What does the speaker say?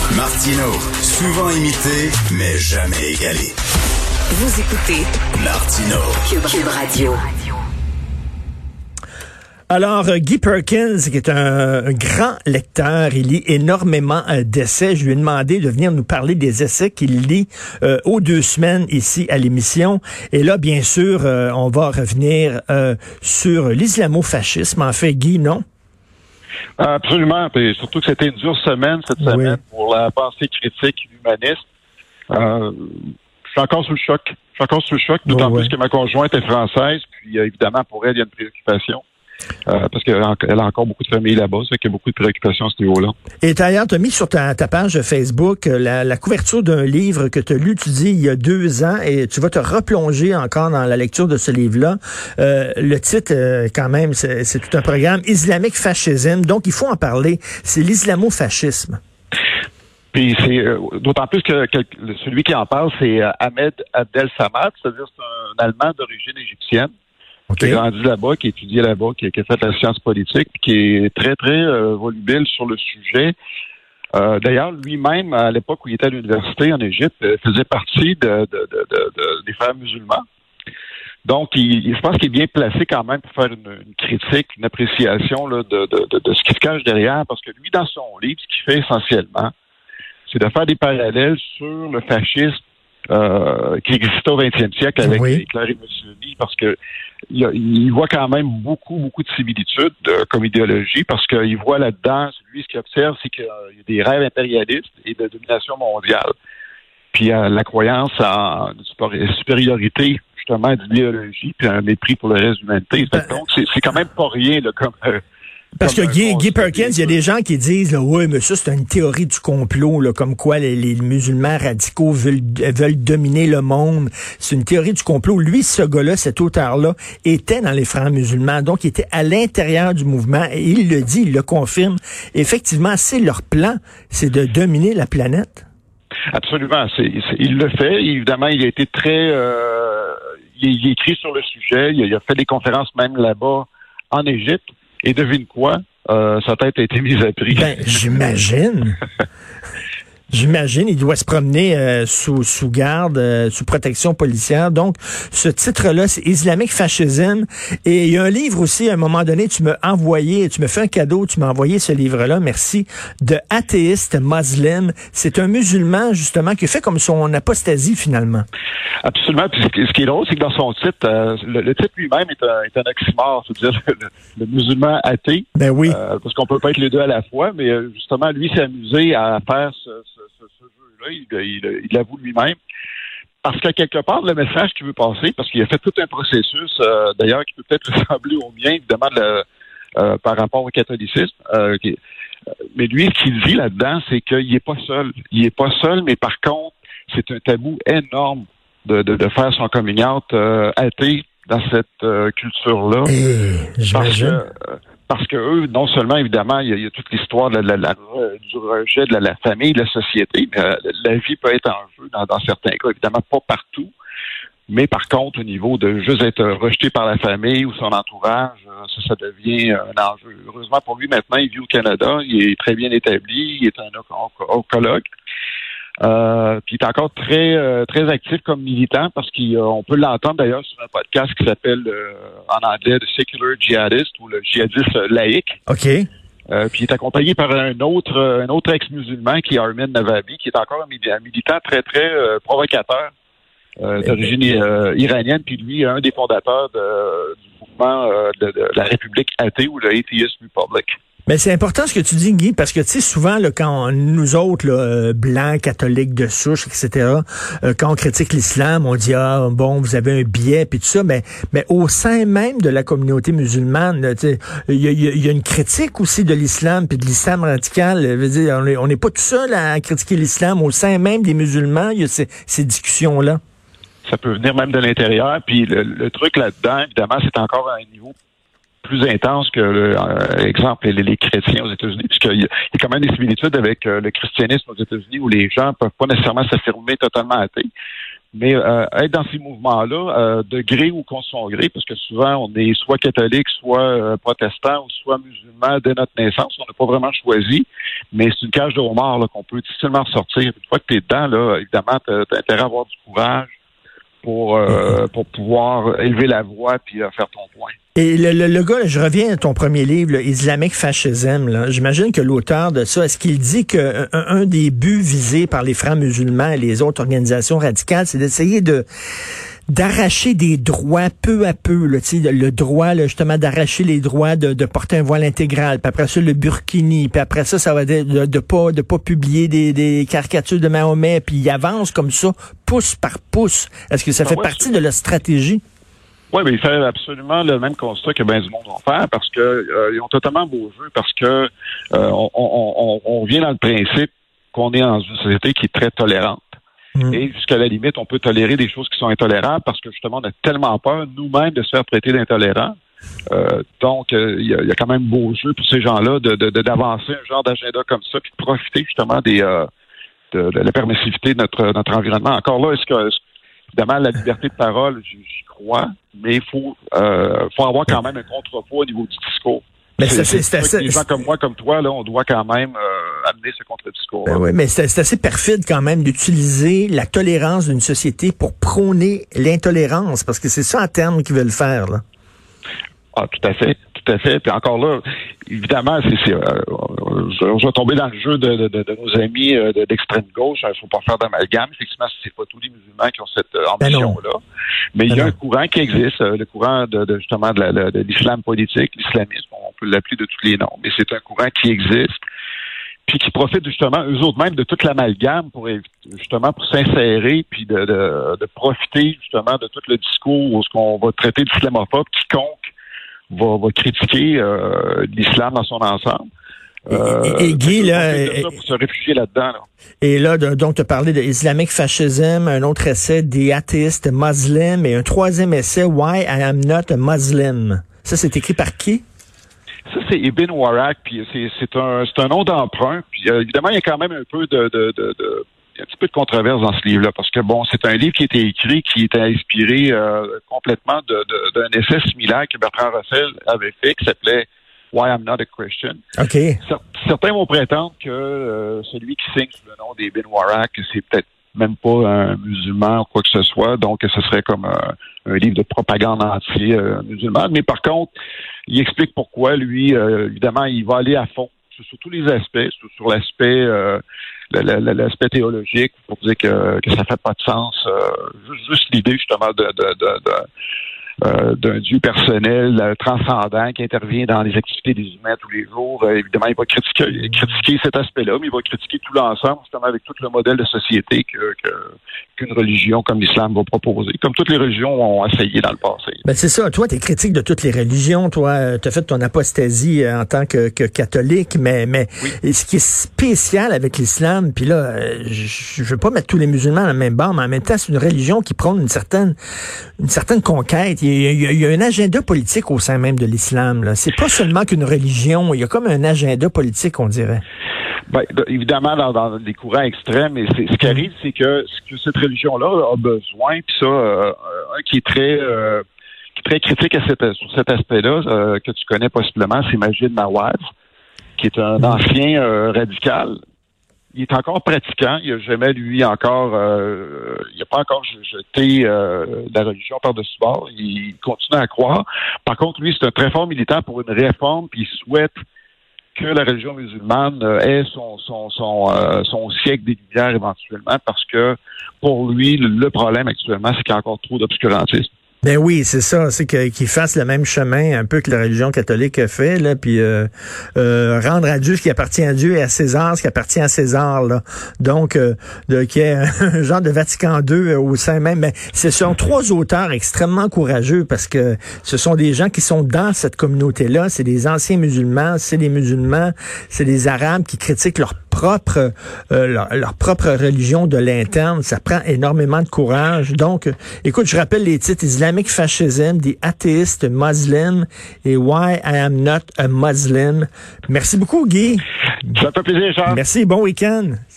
Martino, souvent imité, mais jamais égalé. Vous écoutez Martino, Cube Radio. Alors, Guy Perkins, qui est un grand lecteur, il lit énormément d'essais. Je lui ai demandé de venir nous parler des essais qu'il lit aux 2 semaines ici à l'émission. Et là, bien sûr, on va revenir sur l'islamo-fascisme. En fait, Guy, non? Absolument. Et surtout que c'était une dure semaine cette semaine pour la pensée critique humaniste. Je suis encore sous le choc. D'autant plus que ma conjointe est française. Puis évidemment, pour elle, il y a une préoccupation. Parce qu'elle a encore beaucoup de familles là-bas, ça fait qu'il y a beaucoup de préoccupations à ce niveau-là. Et d'ailleurs, tu as mis sur ta page Facebook la couverture d'un livre que tu as lu, tu dis, il y a 2 ans, et tu vas te replonger encore dans la lecture de ce livre-là. Le titre, quand même, c'est tout un programme, Islamic Fascism, donc il faut en parler. C'est l'islamo-fascisme. Puis c'est d'autant plus que celui qui en parle, c'est Ahmed Abdel Samad, c'est-à-dire c'est un Allemand d'origine égyptienne. Qui a grandi là-bas, qui a étudié là-bas, qui a fait la science politique, puis qui est très, très volubile sur le sujet. D'ailleurs, lui-même, à l'époque où il était à l'université en Égypte, faisait partie des frères musulmans. Donc, je pense qu'il est bien placé quand même pour faire une critique, une appréciation là, de ce qui se cache derrière, parce que lui, dans son livre, ce qu'il fait essentiellement, c'est de faire des parallèles sur le fascisme qui existait au 20e siècle avec Hitler et Mussolini, parce que il voit quand même beaucoup de similitudes comme idéologie, parce qu'il voit là-dedans, lui, ce qu'il observe, c'est qu'il y a des rêves impérialistes et de domination mondiale. Puis la croyance en une supériorité, justement, d'idéologie, puis un mépris pour le reste de l'humanité. Donc, c'est quand même pas rien, là, comme... Parce que Guy Perkins, il y a des gens qui disent, oui, mais ça, c'est une théorie du complot, là, comme quoi les musulmans radicaux veulent dominer le monde. C'est une théorie du complot. Lui, ce gars-là, cet auteur-là, était dans les frères musulmans, donc il était à l'intérieur du mouvement, et il le dit, il le confirme. Effectivement, c'est leur plan, c'est de dominer la planète. Absolument. Il le fait. Évidemment, il a été très... il écrit sur le sujet. Il a fait des conférences même là-bas, en Égypte. Et devine quoi? Sa tête a été mise à prix. Ben, j'imagine. J'imagine, il doit se promener sous garde, sous protection policière. Donc, ce titre-là, c'est Islamic Fascism. Et il y a un livre aussi, à un moment donné, tu m'as envoyé, tu me fais un cadeau, tu m'as envoyé ce livre-là, merci, de Athéiste Muslim. C'est un musulman, justement, qui fait comme son apostasie, finalement. Absolument. Puis ce qui est drôle, c'est que dans son titre, le titre lui-même est un oxymore, c'est-à-dire le musulman athée. Ben oui. Parce qu'on peut pas être les deux à la fois, mais justement, lui s'est amusé à faire ce jeu-là, il l'avoue lui-même. Parce que quelque part, le message qu'il veut passer, parce qu'il a fait tout un processus, d'ailleurs, qui peut peut-être ressembler au mien, évidemment, par rapport au catholicisme. Mais lui, ce qu'il dit là-dedans, c'est qu'il n'est pas seul. Il n'est pas seul, mais par contre, c'est un tabou énorme de faire son coming out athée dans cette culture-là. J'imagine. Parce que eux, non seulement, évidemment, il y a toute l'histoire du rejet de la famille, de la société, mais la vie peut être en jeu dans certains cas, évidemment pas partout, mais par contre, au niveau de juste être rejeté par la famille ou son entourage, ça devient un enjeu. Heureusement pour lui, maintenant, il vit au Canada, il est très bien établi, il est un oncologue. Puis il est encore très actif comme militant parce qu'on peut l'entendre d'ailleurs sur un podcast qui s'appelle en anglais The Secular Jihadist ou le djihadiste laïque. OK. Puis il est accompagné par un autre ex-musulman qui est Armin Navabi, qui est encore un militant très provocateur d'origine iranienne. Puis lui, un des fondateurs du mouvement de la République athée ou le Atheist Republic. Mais c'est important ce que tu dis, Guy, parce que, tu sais, souvent, là, quand nous autres, là, blancs, catholiques de souche, etc., quand on critique l'islam, on dit, bon, vous avez un biais, puis tout ça, mais au sein même de la communauté musulmane, il y a une critique aussi de l'islam, puis de l'islam radical. Je veux dire, on n'est pas tout seul à critiquer l'islam. Au sein même des musulmans, il y a ces discussions-là. Ça peut venir même de l'intérieur, puis le truc là-dedans, évidemment, c'est encore à un niveau plus intense que, exemple, les chrétiens aux États-Unis, puisqu'il y a quand même des similitudes avec le christianisme aux États-Unis où les gens peuvent pas nécessairement s'affirmer totalement athées. Mais être dans ces mouvements-là, de gré ou contre son gré, parce que souvent on est soit catholique, soit protestant, ou soit musulman dès notre naissance, on n'a pas vraiment choisi, mais c'est une cage de homard là, qu'on peut difficilement ressortir. Une fois que tu es dedans, là, évidemment, tu as intérêt à avoir du courage pour pouvoir élever la voix puis faire ton point. Et le gars, je reviens à ton premier livre, là, Islamic Fascism, là, j'imagine que l'auteur de ça, est-ce qu'il dit que un des buts visés par les frères musulmans et les autres organisations radicales, c'est d'essayer d'arracher des droits peu à peu, là, le droit là, justement d'arracher les droits de porter un voile intégral, puis après ça le burkini, puis après ça va être de pas publier des caricatures de Mahomet, puis il avance comme ça, pouce par pouce. Est-ce que ça fait partie de la stratégie? Oui, mais il fait absolument le même constat que bien du monde vont faire, parce que ils ont totalement beau jeu, parce que on vient dans le principe qu'on est dans une société qui est très tolérante. Et jusqu'à la limite, on peut tolérer des choses qui sont intolérables parce que justement, on a tellement peur nous-mêmes de se faire traiter d'intolérants. Donc, il y a quand même beau jeu pour ces gens-là d'avancer un genre d'agenda comme ça, puis de profiter justement de la permissivité de notre environnement. Encore là, évidemment, la liberté de parole, j'y crois, mais il faut avoir quand même un contrepoids au niveau du discours. Mais des gens comme moi, comme toi, là, on doit quand même amener ce contre-discours. Ben oui, mais c'est assez perfide quand même d'utiliser la tolérance d'une société pour prôner l'intolérance, parce que c'est ça en termes qu'ils veulent faire, là. Ah, tout à fait. Puis encore là, évidemment, je vais tomber dans le jeu de nos amis d'extrême gauche. Il ne faut pas faire d'amalgame. Effectivement, c'est pas tous les musulmans qui ont cette ambition-là. Mais il y a un courant qui existe, le courant justement de l'islam politique, l'islamisme, on peut l'appeler de tous les noms. Mais c'est un courant qui existe, puis qui profite justement, eux autres même, de toute l'amalgame pour s'insérer, puis de profiter justement de tout le discours où ce qu'on va traiter d'islamophobe, quiconque va critiquer l'islam dans son ensemble. Et Guy, là, pour se réfugier là-dedans. Là. Et là, donc, tu as parlé de Islamic Fascism, un autre essai, des athéistes Muslims, et un troisième essai, Why I Am Not a Muslim. Ça, c'est écrit par qui? Ça, c'est Ibn Warraq, puis c'est un nom d'emprunt. Puis évidemment, il y a quand même un peu il y a un petit peu de controverse dans ce livre-là, parce que bon, c'est un livre qui a été écrit, qui était inspiré complètement d'un essai similaire que Bertrand Russell avait fait, qui s'appelait Why I'm Not a Christian. Okay. Certains vont prétendre que celui qui signe sous le nom d'Ibn Warraq, c'est peut-être même pas un musulman ou quoi que ce soit, donc ce serait comme un livre de propagande anti-musulmane. Mais par contre, il explique pourquoi, lui, évidemment, il va aller à fond sur tous les aspects, sur l'aspect l'aspect théologique, pour dire que ça fait pas de sens. Juste l'idée justement d'un Dieu personnel, transcendant, qui intervient dans les activités des humains tous les jours. Évidemment, il va critiquer cet aspect-là, mais il va critiquer tout l'ensemble, justement, avec tout le modèle de société qu'une religion comme l'islam va proposer, comme toutes les religions ont essayé dans le passé. Ben c'est ça. Toi, t'es critique de toutes les religions. Toi, t'as fait ton apostasie en tant que catholique, mais oui. Ce qui est spécial avec l'islam, puis là, je veux pas mettre tous les musulmans à la même barre, mais en même temps, c'est une religion qui prône une certaine conquête. Il y a un agenda politique au sein même de l'islam, là. C'est pas seulement qu'une religion. Il y a comme un agenda politique, on dirait. Ben, évidemment, dans des courants extrêmes, et ce qui arrive, c'est que cette religion-là a besoin, puis ça, un qui est très critique sur cet aspect-là, que tu connais possiblement, c'est Majid Nawaz, qui est un ancien radical. Il est encore pratiquant, il n'a jamais, lui, il n'a pas encore jeté la religion par-dessus bord, il continue à croire. Par contre, lui, c'est un très fort militant pour une réforme, puis il souhaite que la religion musulmane ait son siècle des Lumières éventuellement, parce que pour lui, le problème actuellement, c'est qu'il y a encore trop d'obscurantisme. Ben oui, c'est ça, c'est qu'ils fassent le même chemin un peu que la religion catholique a fait, là, puis rendre à Dieu ce qui appartient à Dieu et à César ce qui appartient à César, là. Donc, qu'il y ait un genre de Vatican II au sein même. Mais ce sont trois auteurs extrêmement courageux parce que ce sont des gens qui sont dans cette communauté-là. C'est des anciens musulmans, c'est des musulmans, c'est des Arabes qui critiquent leur propre religion de l'interne. Ça prend énormément de courage. Donc, écoute, je rappelle les titres: Islamic Fascism, The Atheist Muslim et Why I Am Not a Muslim. Merci beaucoup, Guy. Ça fait plaisir, Charles. Merci, bon week-end.